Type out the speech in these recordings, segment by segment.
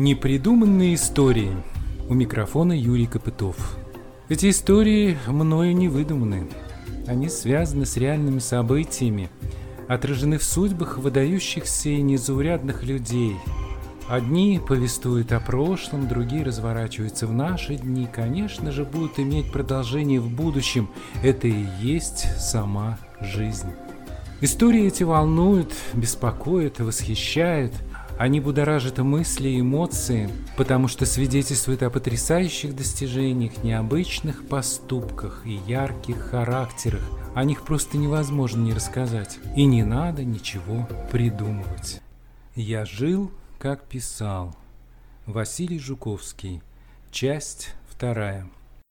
Непридуманные истории. У микрофона Юрий Копытов. Эти истории мною не выдуманы. Они связаны с реальными событиями, отражены в судьбах выдающихся и незаурядных людей. Одни повествуют о прошлом, другие разворачиваются в наши дни, конечно же, будут иметь продолжение в будущем. Это и есть сама жизнь. Истории эти волнуют, беспокоят, восхищают. Они будоражат мысли и эмоции, потому что свидетельствуют о потрясающих достижениях, необычных поступках и ярких характерах. О них просто невозможно не рассказать. И не надо ничего придумывать. Я жил, как писал. Василий Жуковский. Часть 2.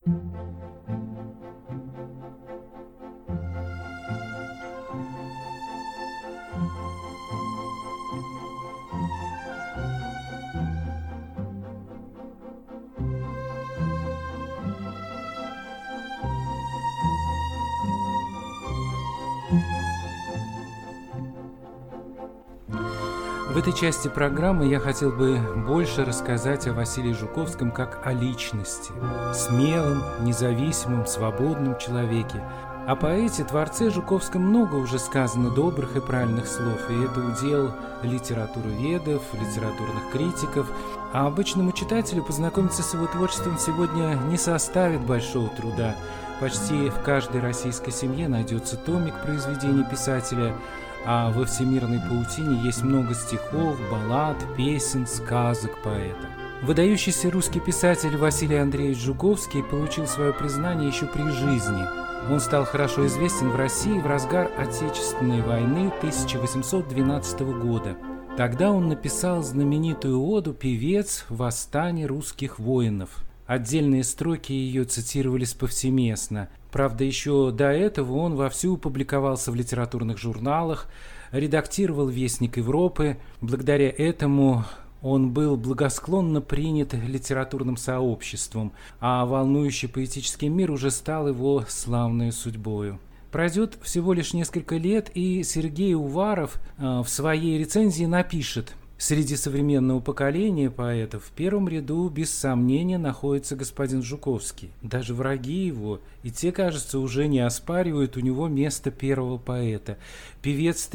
В этой части программы я хотел бы больше рассказать о Василии Жуковском как о личности, смелом, независимом, свободном человеке. О поэте, творце Жуковском много уже сказано добрых и правильных слов, и это удел литературоведов, литературных критиков. А обычному читателю познакомиться с его творчеством сегодня не составит большого труда. Почти в каждой российской семье найдется томик произведений писателя, а во всемирной паутине есть много стихов, баллад, песен, сказок поэта. Выдающийся русский писатель Василий Андреевич Жуковский получил свое признание еще при жизни. Он стал хорошо известен в России в разгар Отечественной войны 1812 года. Тогда он написал знаменитую оду «Певец восстания русских воинов». Отдельные строки ее цитировались повсеместно. Правда, еще до этого он вовсю публиковался в литературных журналах, редактировал «Вестник Европы». Благодаря этому он был благосклонно принят литературным сообществом, а волнующий поэтический мир уже стал его славной судьбою. Пройдет всего лишь несколько лет, и Сергей Уваров в своей рецензии напишет: «Среди современного поколения поэтов в первом ряду без сомнения находится господин Жуковский. Даже враги его, и те, кажется, уже не оспаривают у него место первого поэта. Певец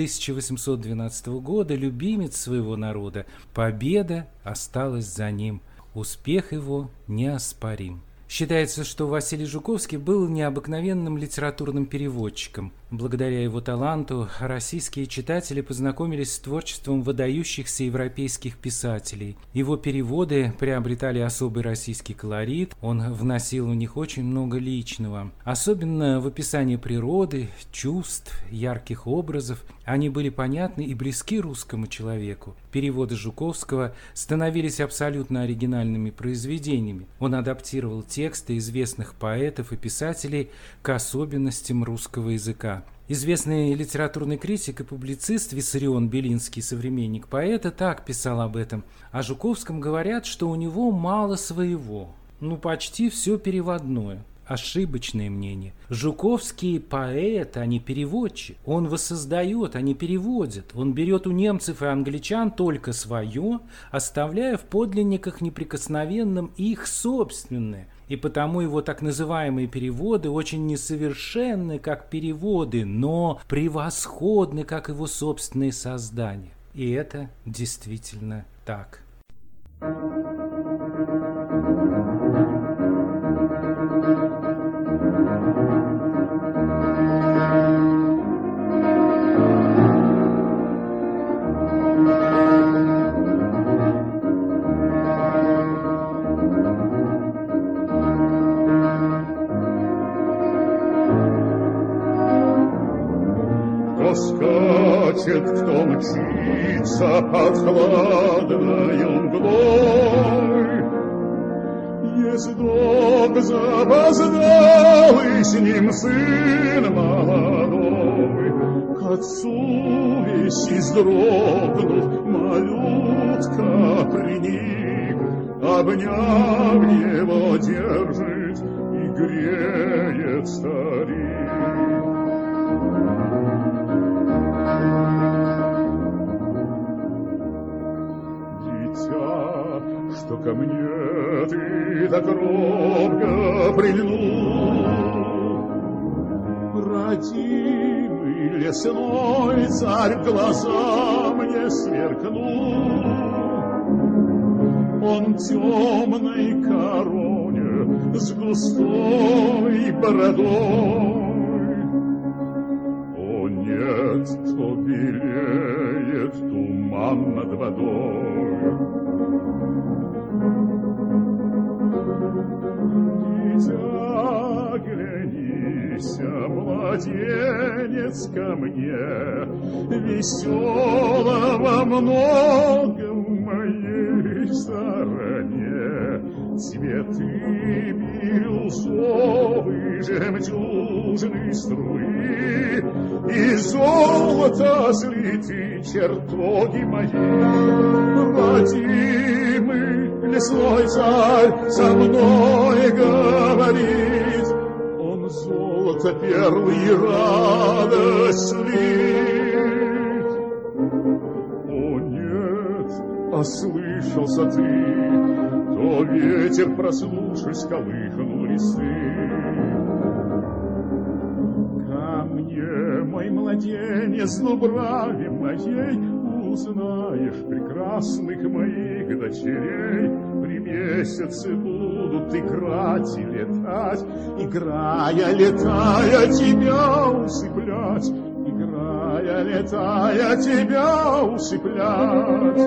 1812 года, любимец своего народа. Победа осталась за ним. Успех его неоспорим». Считается, что Василий Жуковский был необыкновенным литературным переводчиком. Благодаря его таланту российские читатели познакомились с творчеством выдающихся европейских писателей. Его переводы приобретали особый российский колорит, он вносил в них очень много личного. Особенно в описании природы, чувств, ярких образов. Они были понятны и близки русскому человеку. Переводы Жуковского становились абсолютно оригинальными произведениями. Он адаптировал тексты известных поэтов и писателей к особенностям русского языка. Известный литературный критик и публицист Виссарион Белинский, современник поэта, так писал об этом. О Жуковском говорят, что у него мало своего, почти все переводное. Ошибочное мнение. Жуковский поэт, а не переводчик. Он воссоздает, а не переводит. Он берет у немцев и англичан только свое, оставляя в подлинниках неприкосновенным их собственное. И потому его так называемые переводы очень несовершенны, как переводы, но превосходны, как его собственные создания. И это действительно так. Скачет, кто мчится под хладной мглой. Ездок запоздалый, с ним сын молодой. К отцу весь издрогнув, малютка приник, обняв его держит и греет старик. ко мне ты так робко прильнул. Родимый лесной царь в глаза мне сверкнул. Он темной короне с густой бородой. О, нет, то белеет туман над водой. Дитя, глянись, младенец ко мне, веселого много в моей стороне. Цветы бирюзовой жемчужной струи и золото слиты чертоги мои. Родимый лесной царь со мной говорит, он золото, перлы и радость лит. О, нет, ослышался ты, то ветер, проснувшись, колыхнул листы. Ко мне, мой младенец, дубраве моей, узнаешь прекрасных моих дочерей. При месяце будут играть и летать, играя, летая, тебя усыплять, играя, летая, тебя усыплять.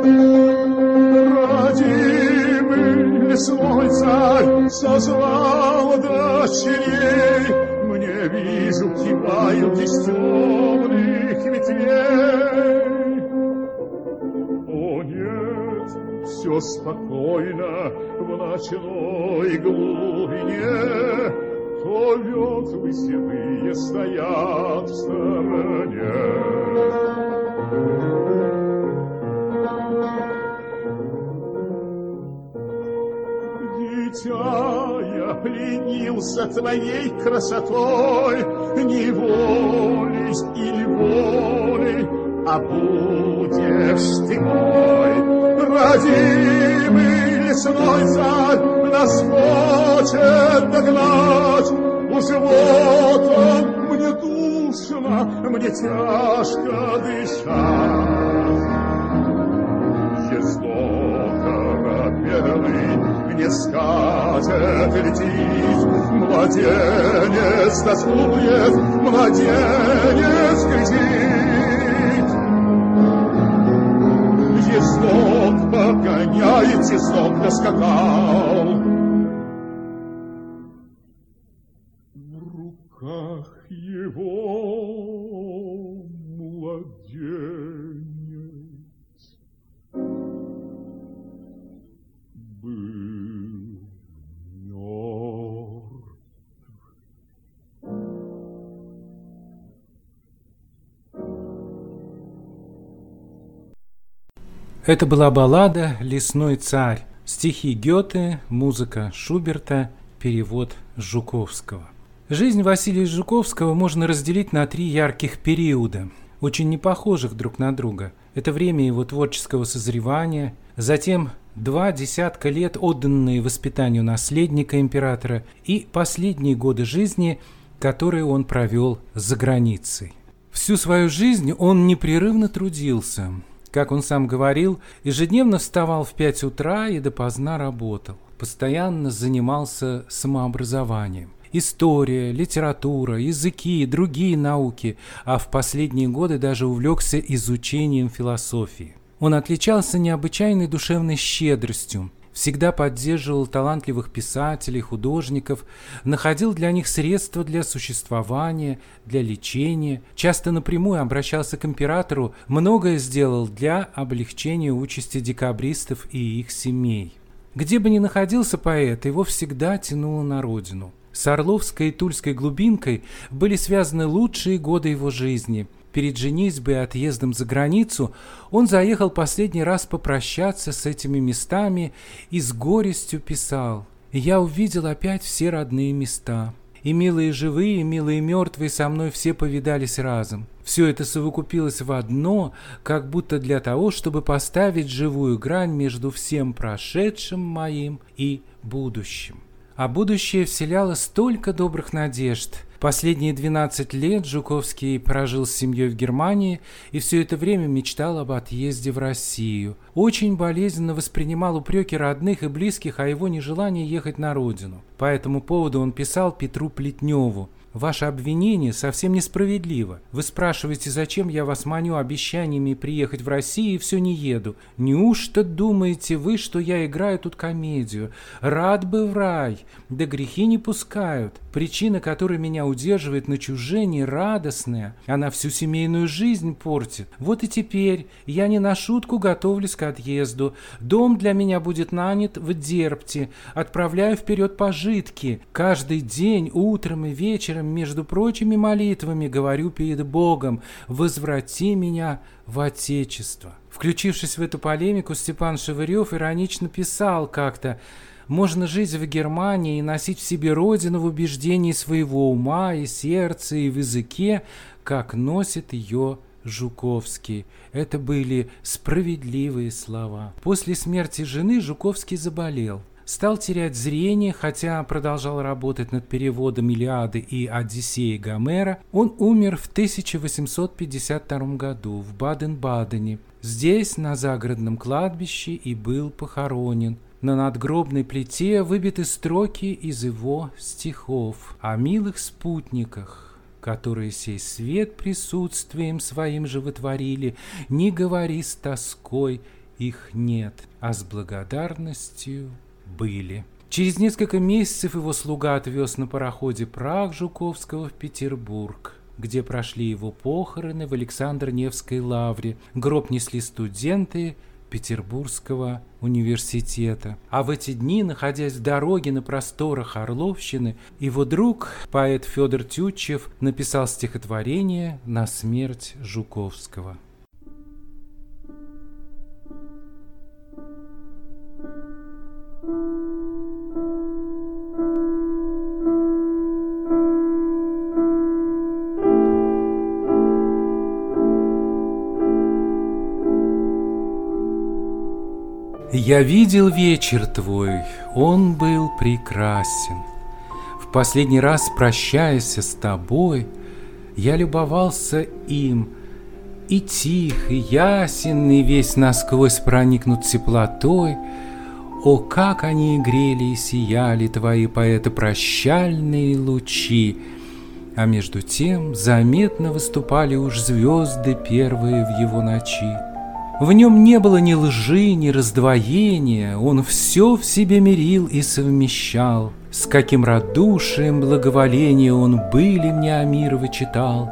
Родимый лесной царь созвал дочерей, мне вижу, кивают из темных ветвей. О, нет, все спокойно в ночной глубине, то ветвы седые стоят в стороне. Дитя, я пленился твоей красотой, не волей или волей, а будешь ты мой. Родимый лесной царь нас хочет догнать, уж вот он, мне душно, мне тяжко дышать. Ездока бедный не скажет летит, младенец тоскует, младенец кричит. Ездок погоняет, ездок доскакал. В руках его младенец был мертв. Это была баллада «Лесной царь». Стихи Гёте, музыка Шуберта, перевод Жуковского. Жизнь Василия Жуковского можно разделить на 3 ярких периода, очень не похожих друг на друга. Это время его творческого созревания, затем 2 десятка лет, отданные воспитанию наследника императора, и последние годы жизни, которые он провел за границей. Всю свою жизнь он непрерывно трудился. Как он сам говорил, ежедневно вставал в 5 утра и допоздна работал. Постоянно занимался самообразованием. История, литература, языки и другие науки, а в последние годы даже увлекся изучением философии. Он отличался необычайной душевной щедростью, всегда поддерживал талантливых писателей, художников, находил для них средства для существования, для лечения, часто напрямую обращался к императору, многое сделал для облегчения участи декабристов и их семей. Где бы ни находился поэт, его всегда тянуло на родину. С Орловской и Тульской глубинкой были связаны лучшие годы его жизни. Перед женитьбой и отъездом за границу он заехал последний раз попрощаться с этими местами и с горестью писал: «Я увидел опять все родные места. И милые живые, и милые мертвые со мной все повидались разом. Все это совокупилось в одно, как будто для того, чтобы поставить живую грань между всем прошедшим моим и будущим. А будущее вселяло столько добрых надежд. Последние 12 лет Жуковский прожил с семьей в Германии и все это время мечтал об отъезде в Россию. Очень болезненно воспринимал упреки родных и близких о его нежелании ехать на родину. По этому поводу он писал Петру Плетневу: «Ваше обвинение совсем несправедливо. Вы спрашиваете, зачем я вас маню обещаниями приехать в Россию и все не еду. Неужто думаете вы, что я играю тут комедию? Рад бы в рай, да грехи не пускают. Причина, которая меня удерживает на чужине, радостная. Она всю семейную жизнь портит. Вот и теперь я не на шутку готовлюсь к отъезду. Дом для меня будет нанят в Дербте. Отправляю вперед пожитки. Каждый день, утром и вечером, между прочими молитвами, говорю перед Богом: возврати меня в Отечество». Включившись в эту полемику, Степан Шевырев иронично писал как-то: «Можно жить в Германии и носить в себе родину в убеждении своего ума и сердца и в языке, как носит ее Жуковский». Это были справедливые слова. После смерти жены Жуковский заболел. Стал терять зрение, хотя продолжал работать над переводом «Илиады» и «Одиссеи» Гомера. Он умер в 1852 году в Баден-Бадене. Здесь, на загородном кладбище, и был похоронен. На надгробной плите выбиты строки из его стихов о милых спутниках, которые сей свет присутствием своим животворили. Не говори с тоской, их нет, а с благодарностью были. Через несколько месяцев его слуга отвез на пароходе прах Жуковского в Петербург, где прошли его похороны в Александр-Невской лавре. Гроб несли студенты Петербургского университета. А в эти дни, находясь в дороге на просторах Орловщины, его друг, поэт Федор Тютчев, написал стихотворение на смерть Жуковского. Я видел вечер твой, он был прекрасен. В последний раз, прощаясь с тобой, я любовался им, и тих, и ясен, и весь насквозь проникнут теплотой. О, как они грели и сияли, твои поэты прощальные лучи! А между тем заметно выступали уж звезды первые в его ночи. В нем не было ни лжи, ни раздвоения, он все в себе мирил и совмещал. С каким радушием благоволения он были мне Амирова читал.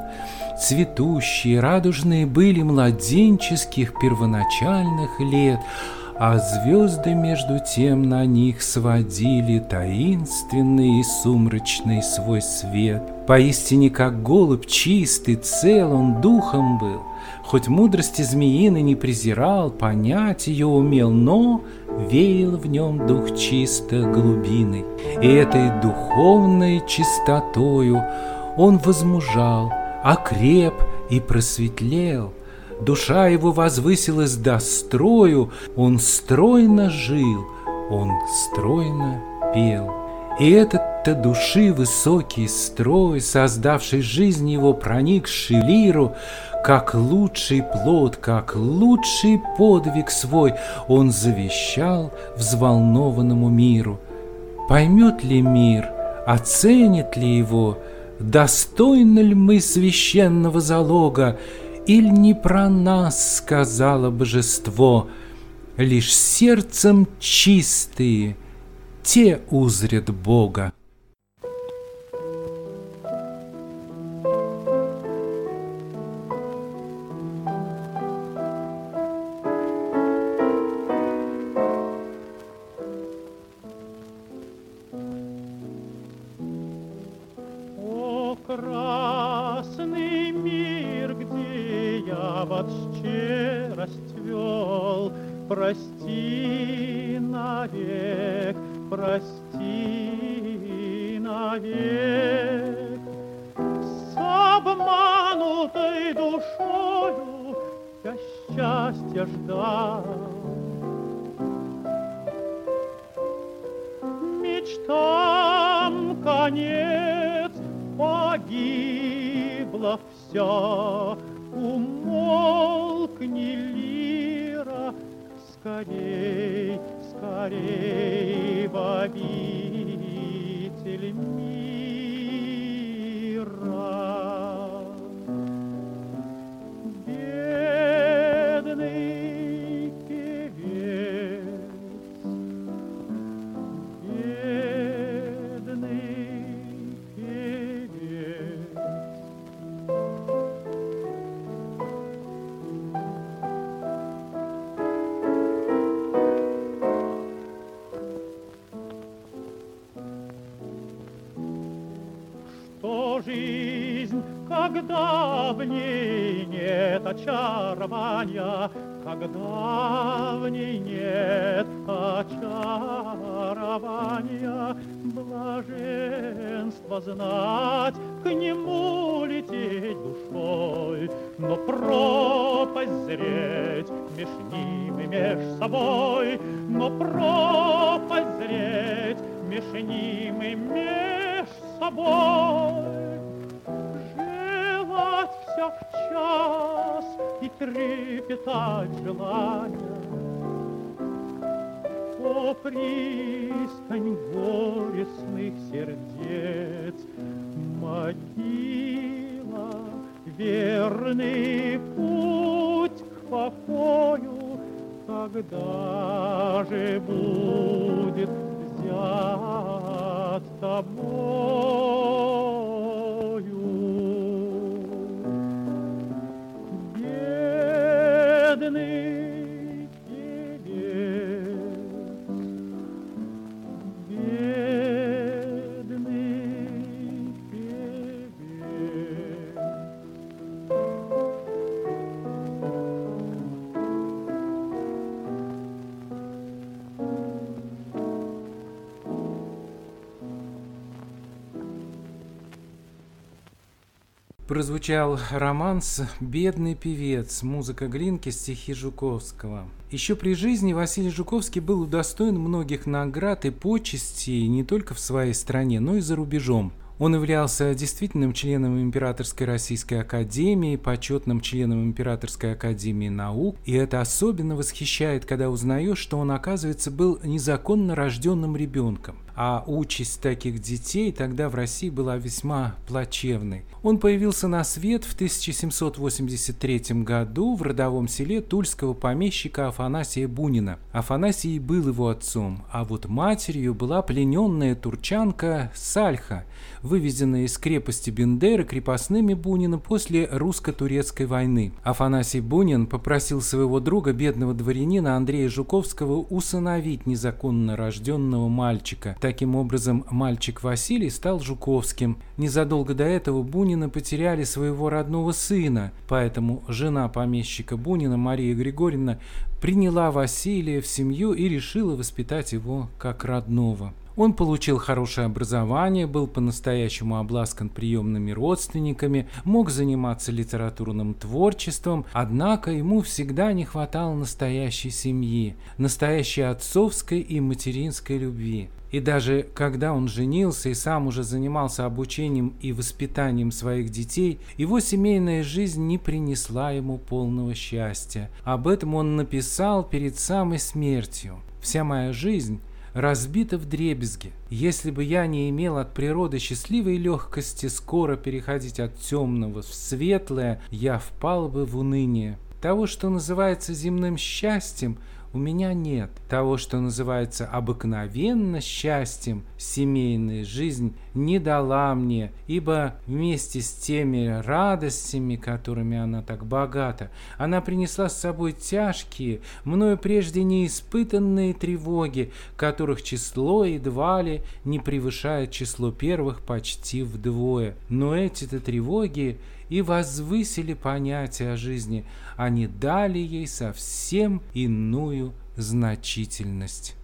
Цветущие, радужные были младенческих первоначальных лет, а звезды между тем на них сводили таинственный и сумрачный свой свет. Поистине, как голубь чистый, цел он духом был. Хоть мудрости змеиной не презирал, понять ее умел, но веял в нем дух чисто голубиной. И этой духовной чистотою он возмужал, окреп и просветлел. Душа его возвысилась до строю, он стройно жил, он стройно пел. И этот-то души высокий строй, создавший жизнь его, проникший в лиру, как лучший плод, как лучший подвиг свой, он завещал взволнованному миру. Поймет ли мир, оценит ли его, достойны ли мы священного залога, или не про нас сказало божество, лишь сердцем чистые те узрят Бога. О, красный мир, где я вас щедрость вел, прости навек, прости навек. С обманутой душой счастья ждал. Мечтам конец, погибло все, умолкни, лира, скорей, скорей в обитель мира. Бедный певец, бедный певец. Что жизнь, когда в ней нет очарования, когда в ней нет очарования, блаженство знать, к нему лететь душой, но пропасть зреть меж ним и меж собой, но пропасть зреть меж ним и меж собой. Желать всяк час и трепетать желания, о, пристань горестных сердец, могила, верный путь к покою, когда же будет взят тобою. Бедный певец, бедный певец. Прозвучал романс «Бедный певец», музыка Глинки, стихи Жуковского. Еще при жизни Василий Жуковский был удостоен многих наград и почестей не только в своей стране, но и за рубежом. Он являлся действительным членом Императорской Российской Академии, почетным членом Императорской Академии Наук, и это особенно восхищает, когда узнаешь, что он, оказывается, был незаконно рожденным ребенком. А участь таких детей тогда в России была весьма плачевной. Он появился на свет в 1783 году в родовом селе тульского помещика Афанасия Бунина. Афанасий был его отцом, а вот матерью была плененная турчанка Сальха, вывезенная из крепости Бендеры крепостными Бунина после русско-турецкой войны. Афанасий Бунин попросил своего друга, бедного дворянина Андрея Жуковского, усыновить незаконно рожденного мальчика. Таким образом, мальчик Василий стал Жуковским. Незадолго до этого Бунины потеряли своего родного сына, поэтому жена помещика Бунина, Мария Григорьевна, приняла Василия в семью и решила воспитать его как родного. Он получил хорошее образование, был по-настоящему обласкан приемными родственниками, мог заниматься литературным творчеством, однако ему всегда не хватало настоящей семьи, настоящей отцовской и материнской любви. И даже когда он женился и сам уже занимался обучением и воспитанием своих детей, его семейная жизнь не принесла ему полного счастья. Об этом он написал перед самой смертью. «Вся моя жизнь разбита вдребезги. Если бы я не имел от природы счастливой легкости скоро переходить от темного в светлое, я впал бы в уныние. Того, что называется земным счастьем, у меня нет. Того, что называется обыкновенно счастьем, семейная жизнь не дала мне, ибо вместе с теми радостями, которыми она так богата, она принесла с собой тяжкие, мною прежде не испытанные тревоги, которых число едва ли не превышает число первых почти вдвое. Но эти-то тревоги и возвысили понятие о жизни, они дали ей совсем иную значительность».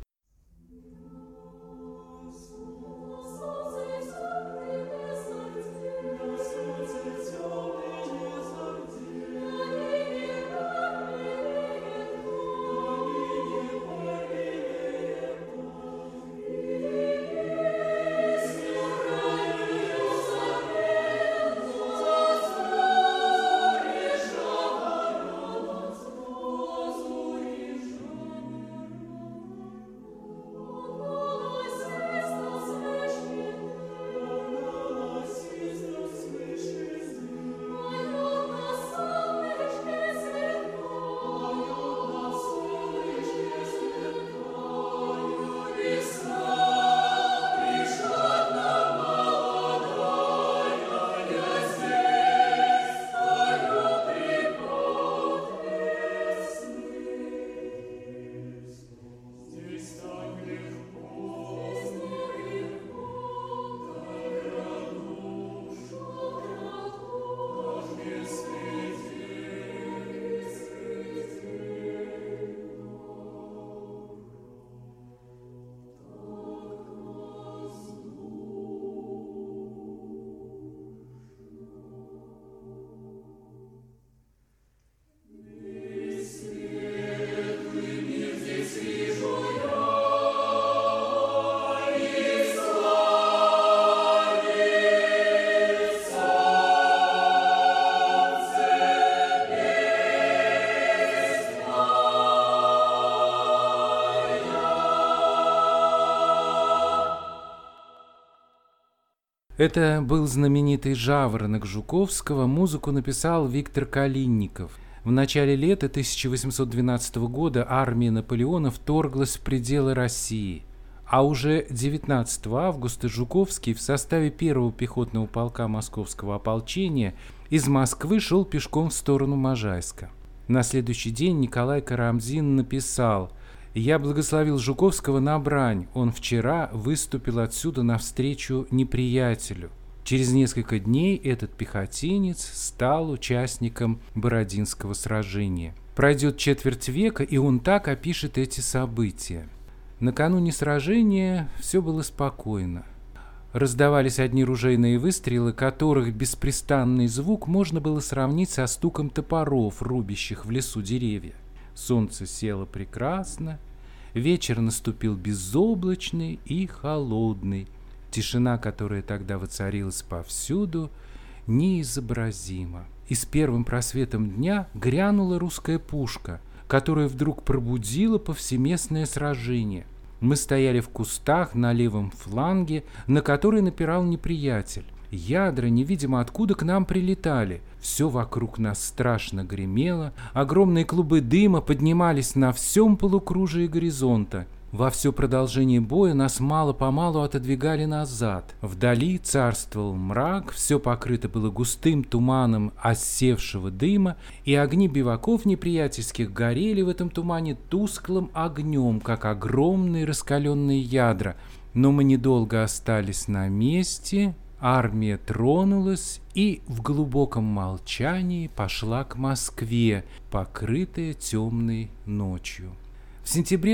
Это был знаменитый «Жаворонок» Жуковского, музыку написал Виктор Калинников. В начале лета 1812 года армия Наполеона вторглась в пределы России, а уже 19 августа Жуковский в составе 1-го пехотного полка Московского ополчения из Москвы шел пешком в сторону Можайска. На следующий день Николай Карамзин написал: «Я благословил Жуковского на брань, он вчера выступил отсюда навстречу неприятелю». Через несколько дней этот пехотинец стал участником Бородинского сражения. Пройдет четверть века, и он так опишет эти события. Накануне сражения все было спокойно. Раздавались одни ружейные выстрелы, которых беспрестанный звук можно было сравнить со стуком топоров, рубящих в лесу деревья. Солнце село прекрасно, вечер наступил безоблачный и холодный. Тишина, которая тогда воцарилась повсюду, неизобразима. И с первым просветом дня грянула русская пушка, которая вдруг пробудила повсеместное сражение. Мы стояли в кустах на левом фланге, на который напирал неприятель. Ядра невидимо откуда к нам прилетали. Все вокруг нас страшно гремело, огромные клубы дыма поднимались на всем полукружии горизонта. Во все продолжение боя нас мало-помалу отодвигали назад. Вдали царствовал мрак, все покрыто было густым туманом оссевшего дыма, и огни биваков неприятельских горели в этом тумане тусклым огнем, как огромные раскаленные ядра. Но мы недолго остались на месте. Армия тронулась и в глубоком молчании пошла к Москве, покрытая темной ночью. В сентябре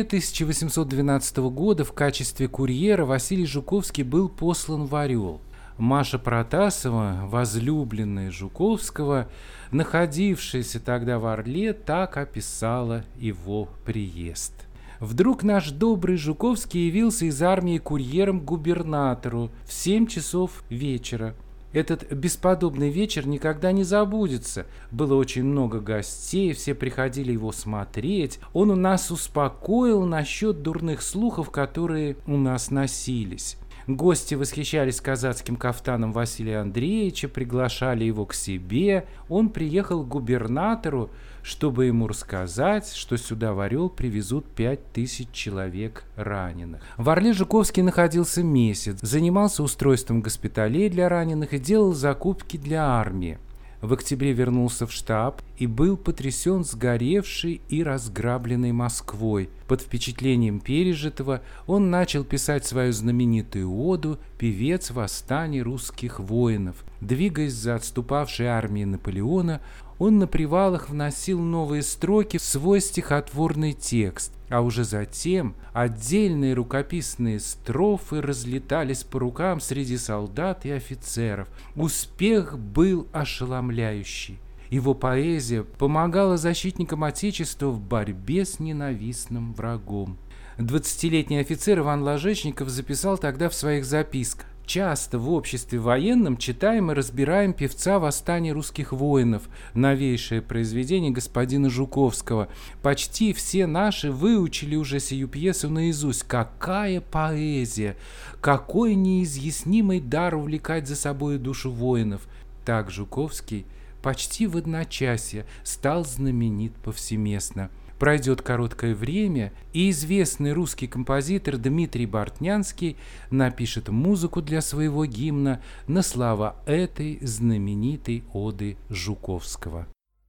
1812 года в качестве курьера Василий Жуковский был послан в Орел. Маша Протасова, возлюбленная Жуковского, находившаяся тогда в Орле, так описала его приезд. Вдруг наш добрый Жуковский явился из армии курьером к губернатору в 7 часов вечера. Этот бесподобный вечер никогда не забудется. Было очень много гостей, все приходили его смотреть. Он у нас успокоил насчет дурных слухов, которые у нас носились. Гости восхищались казацким кафтаном Василия Андреевича, приглашали его к себе. Он приехал к губернатору, чтобы ему рассказать, что сюда в Орел привезут 5000 человек раненых. В Орле Жуковский находился месяц, занимался устройством госпиталей для раненых и делал закупки для армии. В октябре вернулся в штаб и был потрясен сгоревшей и разграбленной Москвой. Под впечатлением пережитого он начал писать свою знаменитую оду «Певец восстания русских воинов». Двигаясь за отступавшей армией Наполеона, он на привалах вносил новые строки в свой стихотворный текст, а уже затем отдельные рукописные строфы разлетались по рукам среди солдат и офицеров. Успех был ошеломляющий. Его поэзия помогала защитникам Отечества в борьбе с ненавистным врагом. 20-летний офицер Иван Ложечников записал тогда в своих записках: «Часто в обществе военном читаем и разбираем певца восстания русских воинов, новейшее произведение господина Жуковского. Почти все наши выучили уже сию пьесу наизусть. Какая поэзия! Какой неизъяснимый дар увлекать за собой душу воинов!» Так Жуковский почти в одночасье стал знаменит повсеместно. Пройдет короткое время, и известный русский композитор Дмитрий Бортнянский напишет музыку для своего гимна на слова этой знаменитой оды Жуковского.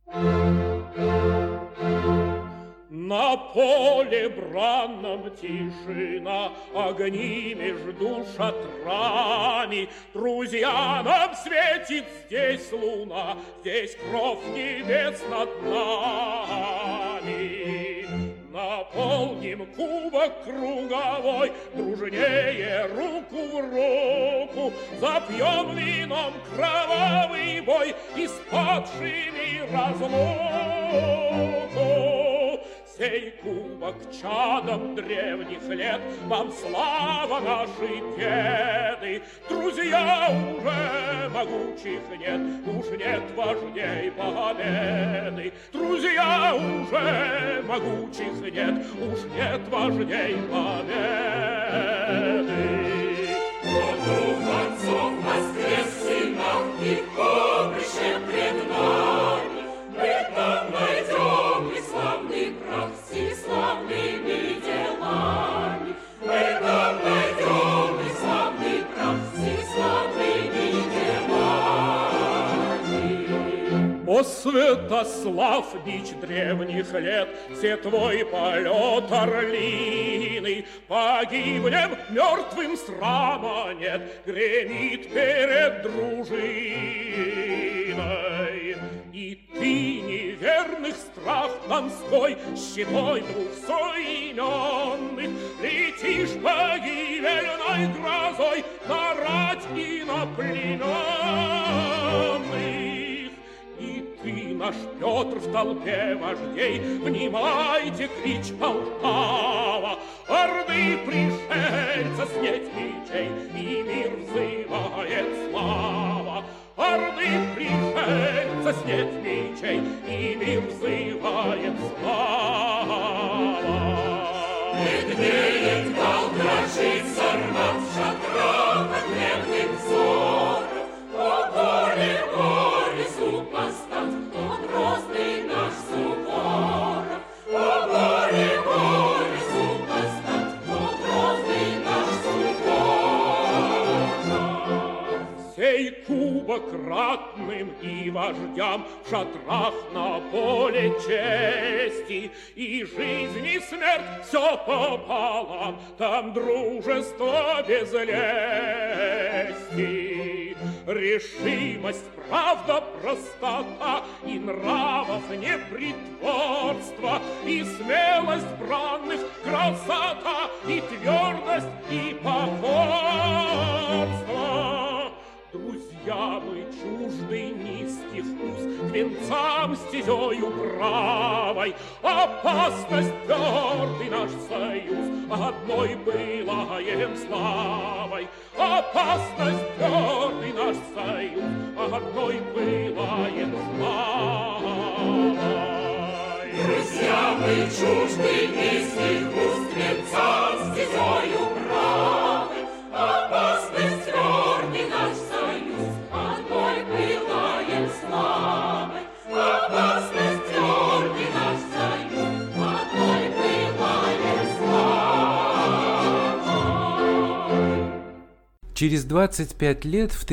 На поле бранном тишина, огни между шатрами. Друзья, нам светит здесь луна, здесь кровь небес над нами. Наполним кубок круговой, дружнее руку в руку, запьем вином кровавый бой и с падшими разлуку. Сей кубок чадом древних лет, вам слава наши деды. Друзья, уже могучих нет, уж нет вождей победы. Друзья, уже могучих нет, уж нет вождей победы. Вот у концов О, Святослав, бич древних лет, все твой полет орлиный, погибнем мертвым, срама нет, гремит перед дружиной. И ты, неверных страх донской, щитой двух соименных, летишь погибельной грозой на рать и на плененных. И ты, наш Петр, в толпе вождей, внимайте клич Полтава, орды пришельца снять мечей, и мир взывает слава. Орды пришельца снять мечей, и мир взывает слава. Медведь дал дрожит, сорвав шатров от хлебных взоров. О, горе, горе, супостат, о, грозный наш Суворов. О, горе, горе, супостат, о, грозный наш Суворов. Сей кубок ратным и вождям в шатрах на поле чести, и жизнь и смерть все пополам, там дружество без лести. Решимость, правда, простота, и нравов непритворство, и смелость бранных, красота, и твердость, и покорство. Друзья, мы чужды низких уз, к венцам стезею правой. Опасность, твердый наш союз, одной пылаем славой. Опасность, твердый наш союз, одной пылаем славой. Друзья, мы чужды низких уз, к венцам стезею правой. Опасность, твердый наш союз, одной пылаем славой. Опасность, твердый наш союз, одной пылаем славой. Через 25 лет, в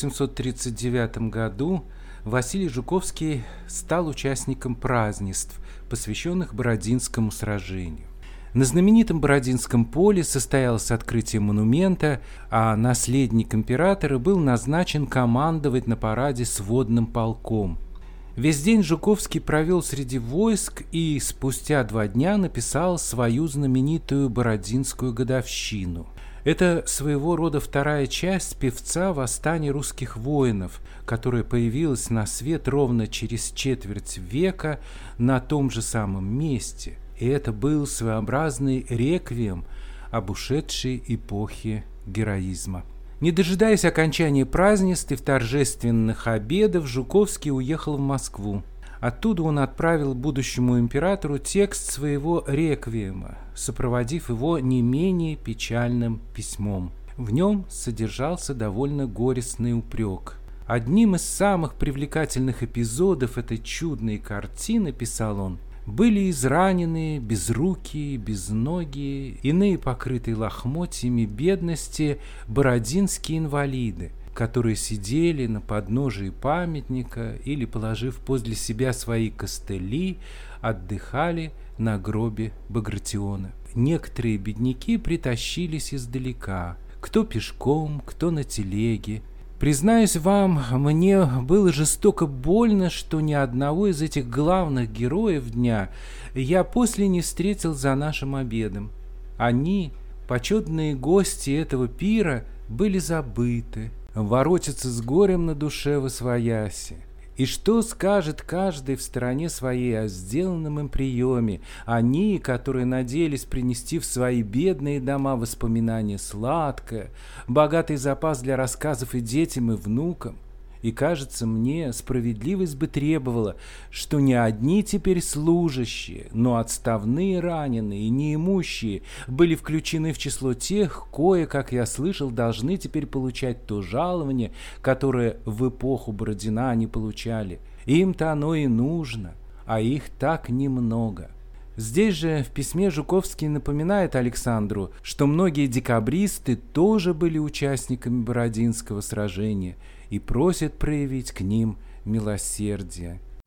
1839 году, Василий Жуковский стал участником празднеств, посвященных Бородинскому сражению. На знаменитом Бородинском поле состоялось открытие монумента, а наследник императора был назначен командовать на параде сводным полком. Весь день Жуковский провел среди войск и спустя 2 дня написал свою знаменитую Бородинскую годовщину. Это своего рода вторая часть певца «Восстания русских воинов», которая появилась на свет ровно через четверть века на том же самом месте. И это был своеобразный реквием об ушедшей эпохе героизма. Не дожидаясь окончания празднеств и торжественных обедов, Жуковский уехал в Москву. Оттуда он отправил будущему императору текст своего реквиема, сопроводив его не менее печальным письмом. В нем содержался довольно горестный упрек. Одним из самых привлекательных эпизодов этой чудной картины, писал он, были израненные, безрукие, безногие, иные покрытые лохмотьями бедности бородинские инвалиды, которые сидели на подножии памятника или, положив подле себя свои костыли, отдыхали на гробе Багратиона. Некоторые бедняки притащились издалека, кто пешком, кто на телеге. Признаюсь вам, мне было жестоко больно, что ни одного из этих главных героев дня я после не встретил за нашим обедом. Они, почетные гости этого пира, были забыты, воротятся с горем на душе восвояси. И что скажет каждый в стороне своей о сделанном им приеме? Они, которые надеялись принести в свои бедные дома воспоминания сладкое, богатый запас для рассказов и детям, и внукам. И, кажется мне, справедливость бы требовала, что не одни теперь служащие, но отставные раненые и неимущие были включены в число тех, кое, как я слышал, должны теперь получать то жалование, которое в эпоху Бородина они получали. Им-то оно и нужно, а их так немного. Здесь же в письме Жуковский напоминает Александру, что многие декабристы тоже были участниками Бородинского сражения, и просит проявить к ним милосердие.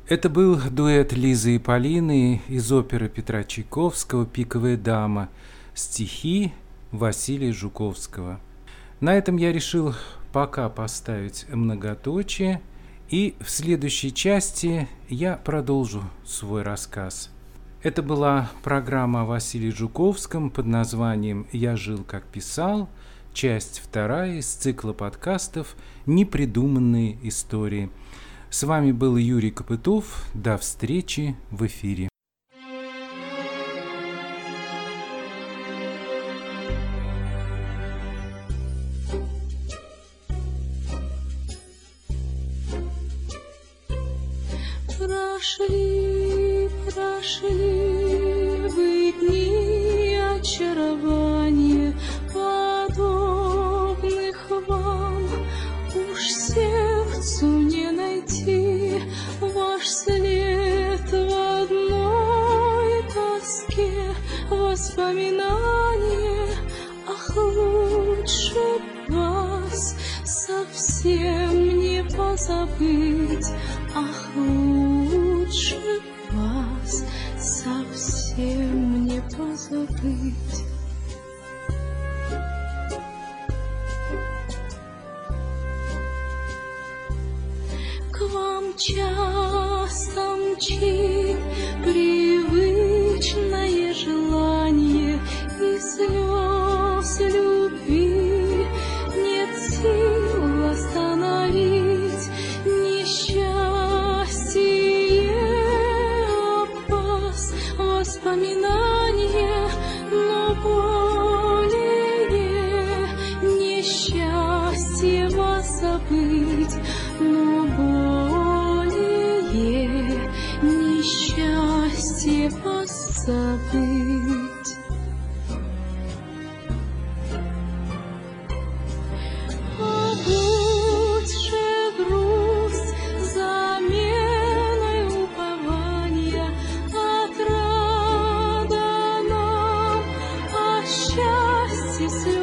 Это был дуэт Лизы и Полины из оперы Петра Чайковского «Пиковая дама», стихи Василия Жуковского. На этом я решил пока поставить многоточие, и в следующей части я продолжу свой рассказ. Это была программа о Василии Жуковском под названием «Я жил, как писал», часть 2 из цикла подкастов «Непридуманные истории». С вами был Юрий Копытов. До встречи в эфире. Прошли вы дни очарования, подобных вам уж сердцу не найти. Ваш след в одной тоске, воспоминания, ах, лучше вас совсем не позабыть, ах, лучше вас совсем не позабыть. К вам часто мчит привычное желание, и слез любви нет сил остановить. Несчастье об вас воспоминания, но более несчастье вас забыть, но более несчастье вас забыть. А будь же грусть заменой упования, отрада нам, а счастье